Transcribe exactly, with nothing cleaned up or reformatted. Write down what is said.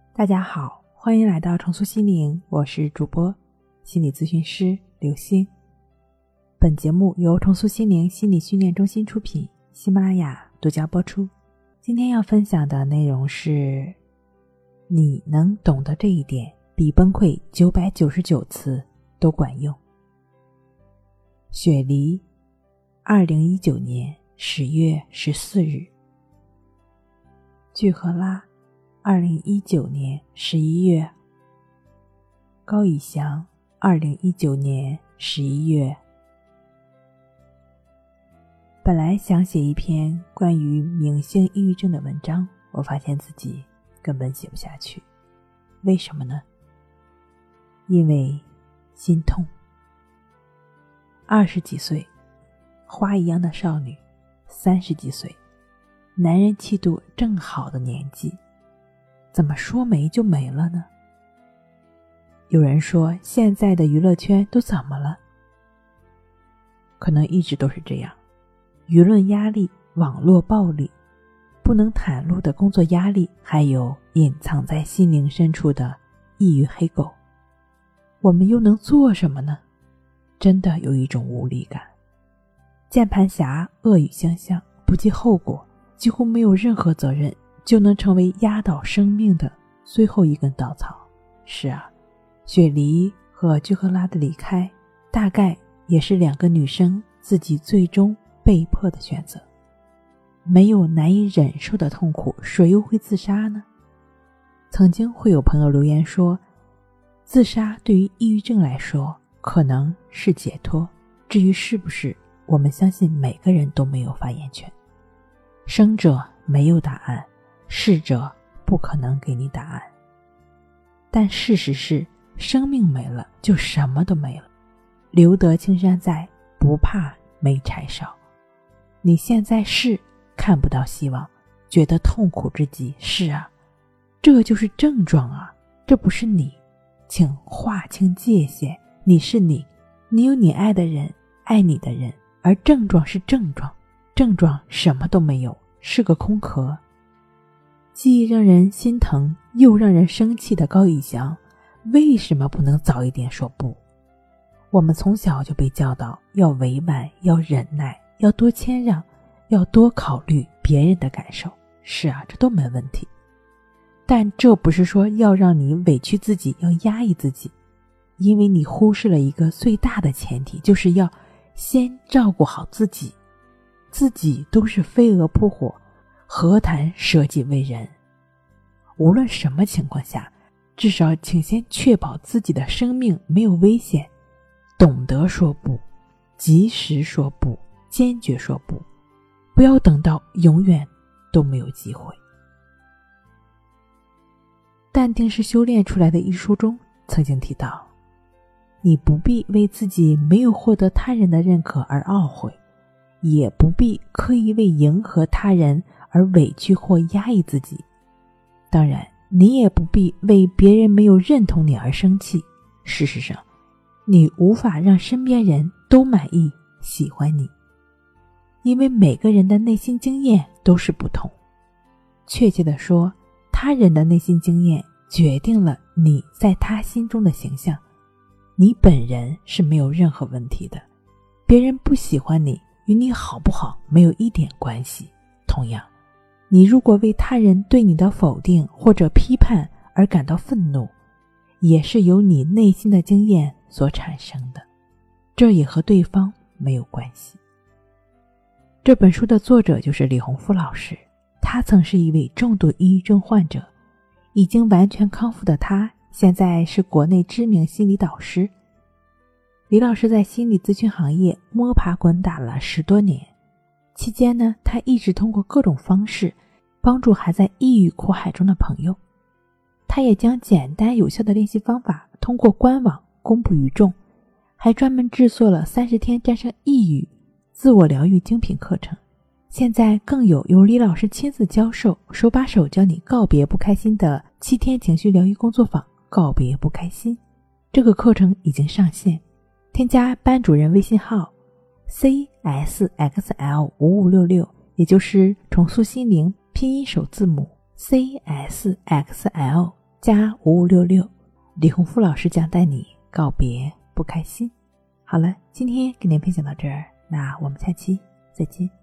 大家好，欢迎来到重塑心灵，我是主播心理咨询师刘星。本节目由重塑心灵心理训练中心出品，喜马拉雅独家播出。今天要分享的内容是，你能懂得这一点，比崩溃九百九十九次都管用。雪梨，二零一九年十月十四日。具赫拉，二零一九年十一月。高以翔，二零一九年十一月。本来想写一篇关于明星抑郁症的文章，我发现自己根本写不下去。为什么呢？因为心痛。二十几岁，花一样的少女，三十几岁，男人气度正好的年纪，怎么说没就没了呢？有人说现在的娱乐圈都怎么了？可能一直都是这样，舆论压力、网络暴力、不能袒露的工作压力，还有隐藏在心灵深处的抑郁黑狗。我们又能做什么呢？真的有一种无力感。键盘侠恶语相向，不计后果，几乎没有任何责任，就能成为压倒生命的最后一根稻草。是啊，雪梨和具赫拉的离开，大概也是两个女生自己最终被迫的选择。没有难以忍受的痛苦，谁又会自杀呢？曾经会有朋友留言说，自杀对于抑郁症来说可能是解脱，至于是不是，我们相信每个人都没有发言权。生者没有答案，逝者不可能给你答案。但事实是，生命没了就什么都没了。留得青山在，不怕没柴烧。你现在是看不到希望，觉得痛苦之极，是啊，这就是症状啊，这不是你。请划清界限，你是你，你有你爱的人，爱你的人，而症状是症状，症状什么都没有，是个空壳。既让人心疼又让人生气的高以翔，为什么不能早一点说不？我们从小就被教导要委婉，要忍耐，要多谦让，要多考虑别人的感受。是啊，这都没问题。但这不是说要让你委屈自己，要压抑自己，因为你忽视了一个最大的前提，就是要先照顾好自己。自己都是飞蛾扑火，何谈舍己为人？无论什么情况下，至少请先确保自己的生命没有危险，懂得说不，及时说不，坚决说不，不要等到永远都没有机会。淡定是修炼出来的一书中曾经提到，你不必为自己没有获得他人的认可而懊悔，也不必刻意为迎合他人而委屈或压抑自己。当然，你也不必为别人没有认同你而生气。事实上，你无法让身边人都满意喜欢你，因为每个人的内心经验都是不同。确切地说，他人的内心经验决定了你在他心中的形象，你本人是没有任何问题的。别人不喜欢你，与你好不好没有一点关系。同样，你如果为他人对你的否定或者批判而感到愤怒，也是由你内心的经验所产生的，这也和对方没有关系。这本书的作者就是李洪福老师，他曾是一位重度抑郁症患者，已经完全康复的他，现在是国内知名心理导师。李老师在心理咨询行业摸爬滚打了十多年，期间呢，他一直通过各种方式帮助还在抑郁苦海中的朋友。他也将简单有效的练习方法通过官网公布于众，还专门制作了三十天战胜抑郁自我疗愈精品课程。现在更有由李老师亲自教授，手把手教你告别不开心的七天情绪疗愈工作坊，告别不开心。这个课程已经上线，添加班主任微信号 C S X L 五五六六， 也就是重塑心灵拼音首字母 C S X L 加五五六六，李洪福老师将带你告别不开心。好了，今天跟您分享到这儿，那我们下期再见。